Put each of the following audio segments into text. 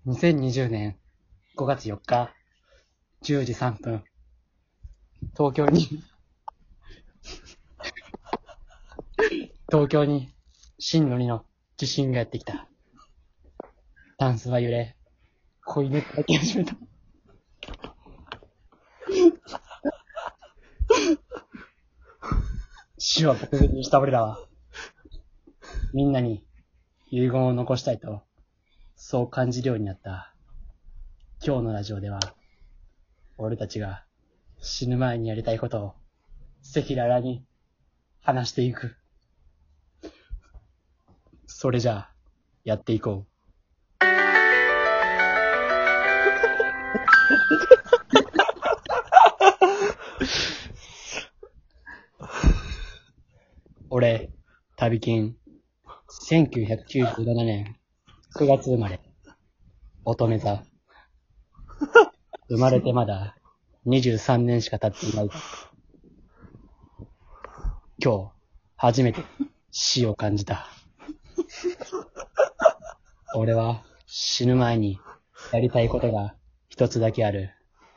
2020年5月4日10時3分、東京に震度2の地震がやってきた。タンスは揺れ、子犬が鳴き始めた。死を目前にした俺らは、みんなに遺言を残したいと、そう感じるようになった。今日のラジオでは、俺たちが死ぬ前にやりたいことを赤裸々に話していく。それじゃあ、やっていこう。俺、旅金、1997年9月生まれ、乙女座。生まれてまだ23年しか経っていない。今日、初めて死を感じた。俺は死ぬ前にやりたいことが一つだけある。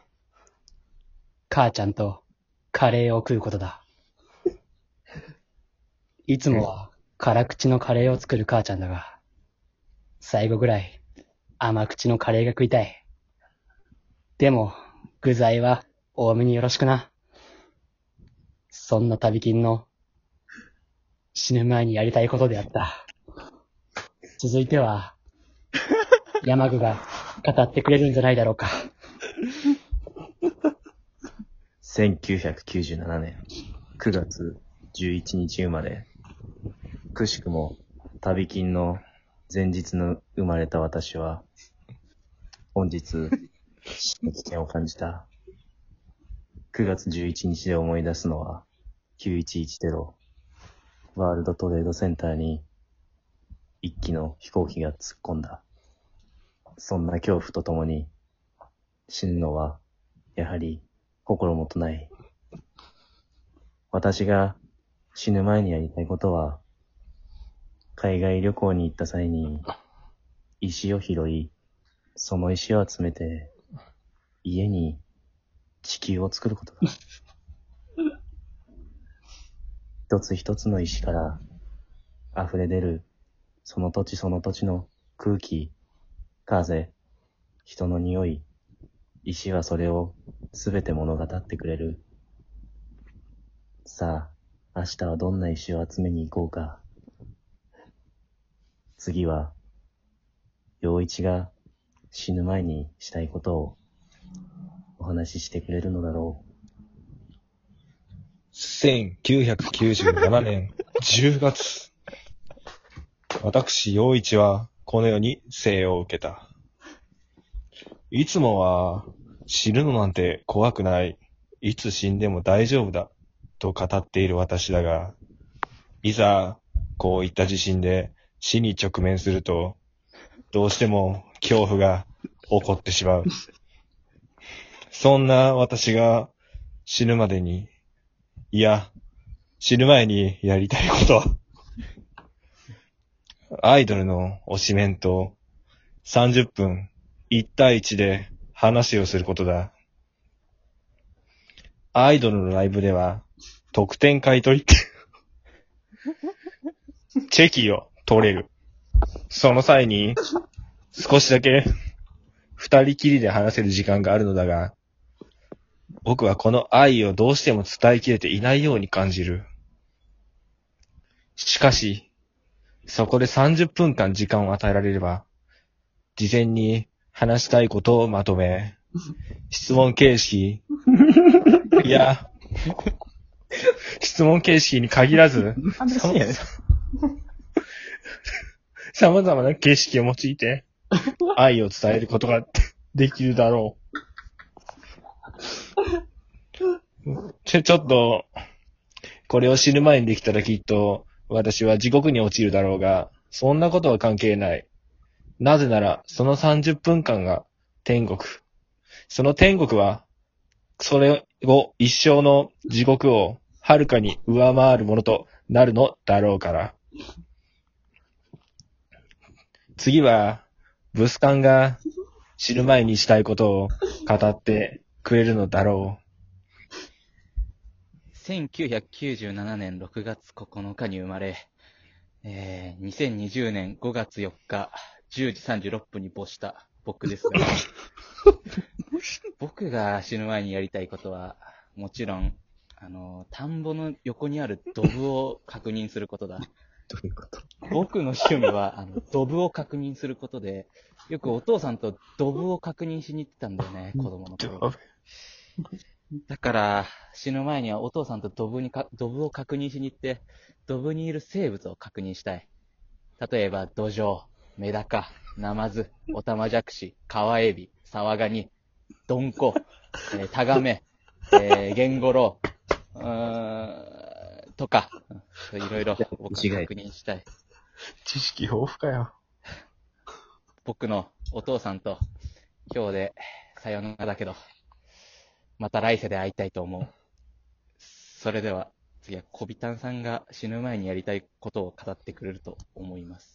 母ちゃんとカレーを食うことだ。いつもは辛口のカレーを作る母ちゃんだが、最後ぐらい甘口のカレーが食いたい。でも、具材は多めによろしくな。そんな旅金の死ぬ前にやりたいことであった。続いては、山具が語ってくれるんじゃないだろうか。 1997年9月11日生まれ、くしくも旅金の前日の生まれた私は、本日、死の危険を感じた。9月11日で思い出すのは、911テロ、ワールドトレードセンターに一機の飛行機が突っ込んだ。そんな恐怖とともに、死ぬのは、やはり心もとない。私が死ぬ前にやりたいことは、海外旅行に行った際に石を拾い、その石を集めて家に地球を作ることだ。一つ一つの石から溢れ出るその土地その土地の空気、風、人の匂い、石はそれをすべて物語ってくれる。さあ、明日はどんな石を集めに行こうか。次は、陽一が死ぬ前にしたいことをお話ししてくれるのだろう。 1997年10月。私、陽一はこの世に生を受けた。いつもは死ぬのなんて怖くない。いつ死んでも大丈夫だ。と語っている私だが、いざこういった地震で死に直面すると、どうしても恐怖が起こってしまう。そんな私が死ぬまでに、いや、死ぬ前にやりたいことは、アイドルの推しメンと30分1対1で話をすることだ。アイドルのライブでは特典買い取りってチェキを取れる。その際に少しだけ二人きりで話せる時間があるのだが、僕はこの愛をどうしても伝えきれていないように感じる。しかし、そこで30分間時間を与えられれば、事前に話したいことをまとめ、質問形式、いや、質問形式に限らず、様々な形式を用いて、愛を伝えることができるだろう。ちょっと、これを死ぬ前にできたらきっと、私は地獄に落ちるだろうが、そんなことは関係ない。なぜなら、その30分間が天国。その天国は、それを一生の地獄をはるかに上回るものとなるのだろうから。次は、ブスカンが死ぬ前にしたいことを語ってくれるのだろ 1997年6月9日に生まれ、2020年5月4日10時36分に没した僕ですが、僕が死ぬ前にやりたいことは、もちろん、田んぼの横にあるドブを確認することだ。 どういうこと？ 僕の趣味は、ドブを確認することで、よくお父さんとドブを確認しに行ってたんだよね、子供の頃。だから、死ぬ前にはお父さんとドブを確認しに行って、ドブにいる生物を確認したい。例えば、ドジョウ、メダカ、ナマズ、オタマジャクシ、カワエビ、サワガニ、ドンコ、タガメ、ゲンゴロウ、とか、いろいろ僕は確認したい。 知識豊富かよ。 僕のお父さんと今日でさよならだけど、また来世で会いたいと思う。それでは次は小ビタンさんが死ぬ前にやりたいことを語ってくれると思います。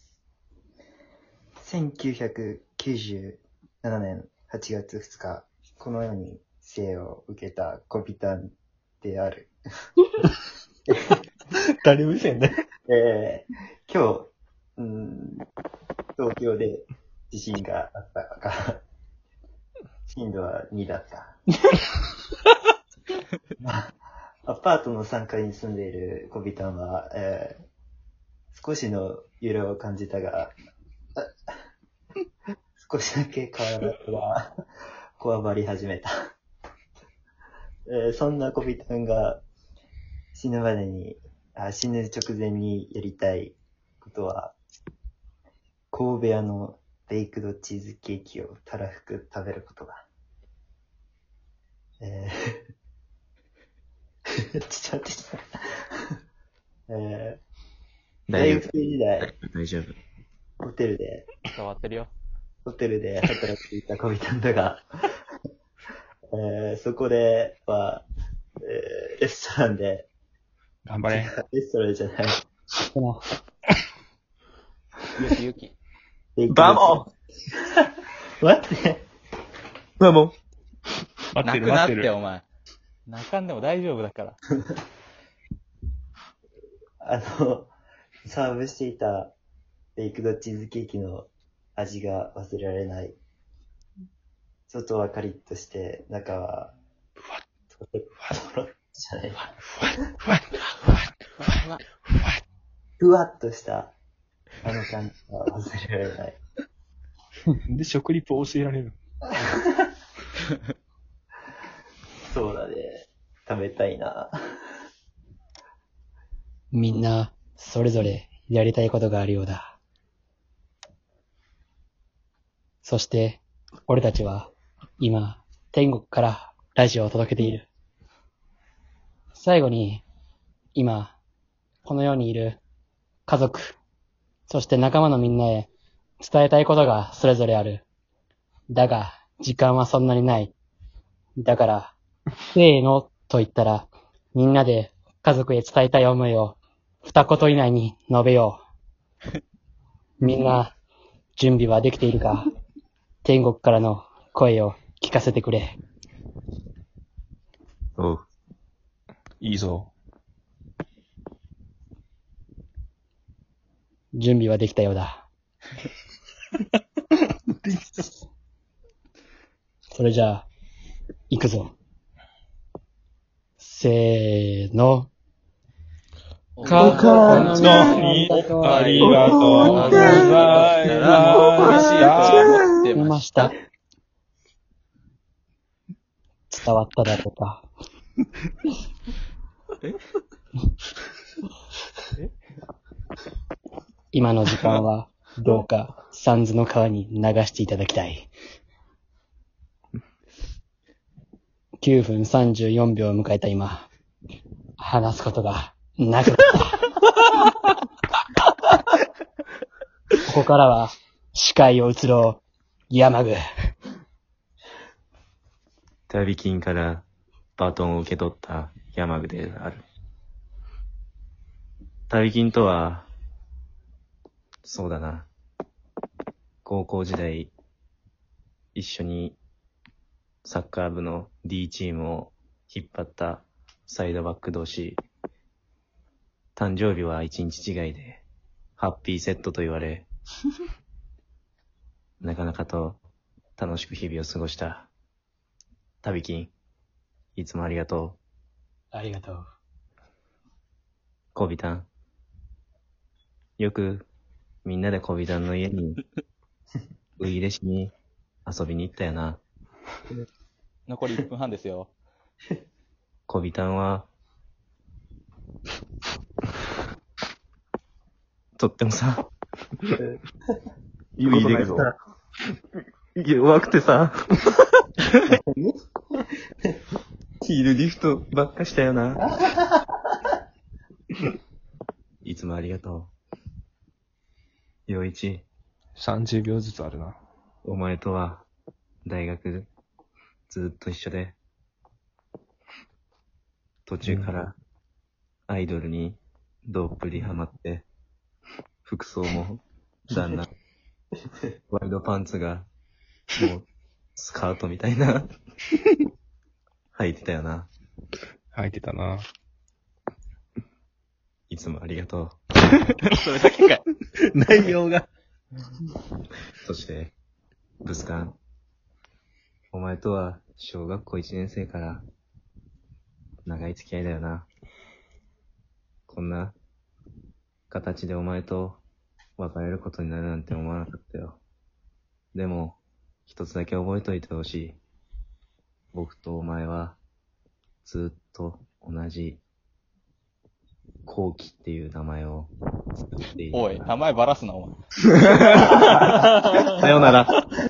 1997年8月2日、この世に生を受けた小ビタンである。 誰目線だよ。 今日、東京で地震があったから、震度は2だった。アパートの3階に住んでいる小ビタンは、少しの揺れを感じたが、少しだけ体がこわばり始めた。そんな小ビタンが死ぬ直前にやりたいことは、神戸屋のベイクドチーズケーキをたらふく食べることだ。ちょっと待って。大学生時代、 大丈夫。 ホテルで伝わってるよ。 働いていた小ビタンだが、そこでは、レストランで、 頑張れ。 レストランじゃない。 ゆき。 バモ待って。 バモ待って泣くなってる待ってる。 お前。泣かんでも大丈夫だから。 サーブしていたベイクドチーズケーキの味が忘れられない。外はカリッとして、中は、とろじゃない。ふわっとした、あの感じが忘れられない。 で、食リポ教えられる。 そうだね。食べたいな。 みんな、それぞれやりたいことがあるようだ。そして、俺たちは、今、天国からラジオを届けている。最後に、今、この世にいる家族、そして仲間のみんなへ伝えたいことがそれぞれある。だが、時間はそんなにない。だから、せーのと言ったら、みんなで家族へ伝えたい思いを二言以内に述べよう。みんな、準備はできているか？天国からの声を聞かせてくれ。 おう。 いいぞ。 準備はできたようだ。それじゃあ、行くぞ。せーの。 かかのにありがとうございました。伝わっただろうか。今の時間はどうか三途の川に流していただきたい。9分34秒を迎えた今、話すことがなくなった。ここからは視界を移ろう、山具。 旅金からバトンを受け取った山具である。旅金とは、そうだな。高校時代、 一緒にサッカー部の D チームを引っ張ったサイドバック同士、誕生日は一日違いで、ハッピーセットと言われ、なかなかと楽しく日々を過ごした。旅金、いつもありがとう。 ありがとう。 コビタン。よく、みんなでコビタンの家に、ウイイレしに遊びに行ったよな。 残り1分半ですよ。 コビタンは、とってもさ、 いいでいくぞ。 弱くてさ、ヒールリフトばっかしたよな。いつもありがとう。陽一、 30秒ずつあるな。 お前とは大学ずっと一緒で、途中からアイドルにどっぷりハマって、服装もだんだんワイドパンツがもうスカートみたいな履いてたよな。 入ってたな。 いつもありがとそれだけかい。 内容が。 う。そしてブスカン、お前とは小学校1年生から長い付き合いだよな。こんな形でお前と別れることになるなんて思わなかったよ。でも、一つだけ覚えといてほしい。僕とお前は、ずっと同じ、コウキっていう名前を作っている。 おい、名前ばらすな、お前。 さよなら。